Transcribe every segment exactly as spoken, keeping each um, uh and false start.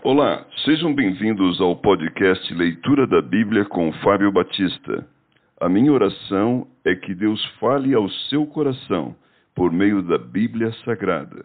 Olá, sejam bem-vindos ao podcast Leitura da Bíblia com Fábio Batista. A minha oração é que Deus fale ao seu coração por meio da Bíblia Sagrada.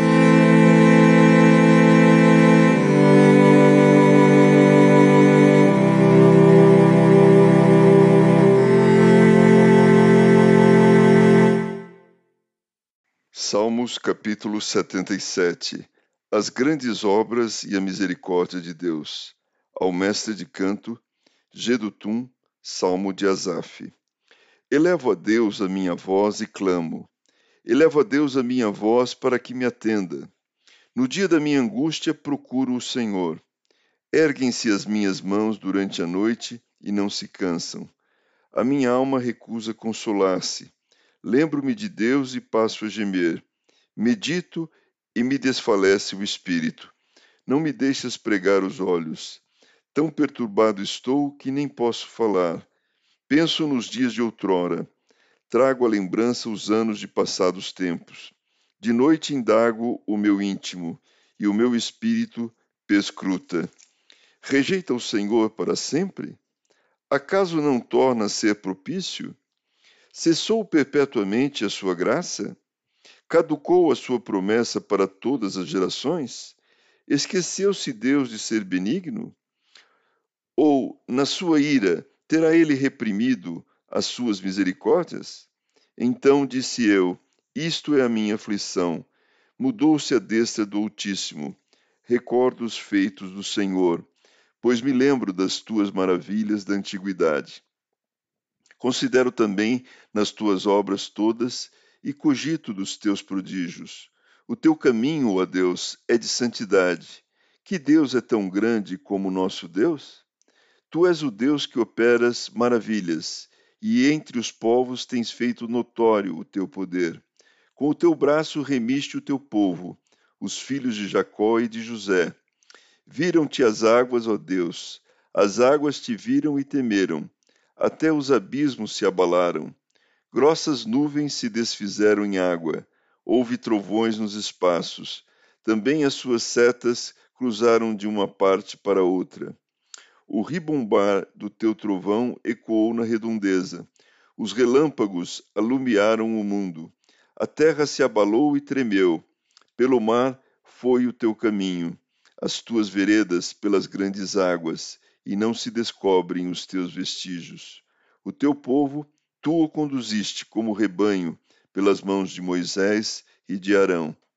Salmos capítulo setenta e sete. As grandes obras e a misericórdia de Deus. Ao mestre de canto, Jedutum, Salmo de Asaf. Elevo a Deus a minha voz e clamo. Elevo a Deus a minha voz para que me atenda. No dia da minha angústia procuro o Senhor. Erguem-se as minhas mãos durante a noite e não se cansam. A minha alma recusa consolar-se. Lembro-me de Deus e passo a gemer. Medito e me desfalece o espírito. Não me deixas pregar os olhos. Tão perturbado estou que nem posso falar. Penso nos dias de outrora. Trago à lembrança os anos de passados tempos. De noite indago o meu íntimo, e o meu espírito perscruta. Rejeita o Senhor para sempre? Acaso não torna a ser propício? Cessou perpetuamente a sua graça? Caducou a sua promessa para todas as gerações? Esqueceu-se Deus de ser benigno? Ou, na sua ira, terá ele reprimido as suas misericórdias? Então disse eu, isto é a minha aflição. Mudou-se a destra do Altíssimo. Recordo os feitos do Senhor, pois me lembro das tuas maravilhas da antiguidade. Considero também nas tuas obras todas e cogito dos teus prodígios. O teu caminho, ó Deus, é de santidade. Que Deus é tão grande como o nosso Deus? Tu és o Deus que operas maravilhas, e entre os povos tens feito notório o teu poder. Com o teu braço remiste o teu povo, os filhos de Jacó e de José. Viram-te as águas, ó Deus, as águas te viram e temeram. Até os abismos se abalaram. Grossas nuvens se desfizeram em água. Houve trovões nos espaços. Também as suas setas cruzaram de uma parte para outra. O ribombar do teu trovão ecoou na redondeza. Os relâmpagos alumiaram o mundo. A terra se abalou e tremeu. Pelo mar foi o teu caminho, as tuas veredas pelas grandes águas, e não se descobrem os teus vestígios. O teu povo, tu o conduziste como rebanho, pelas mãos de Moisés e de Arão.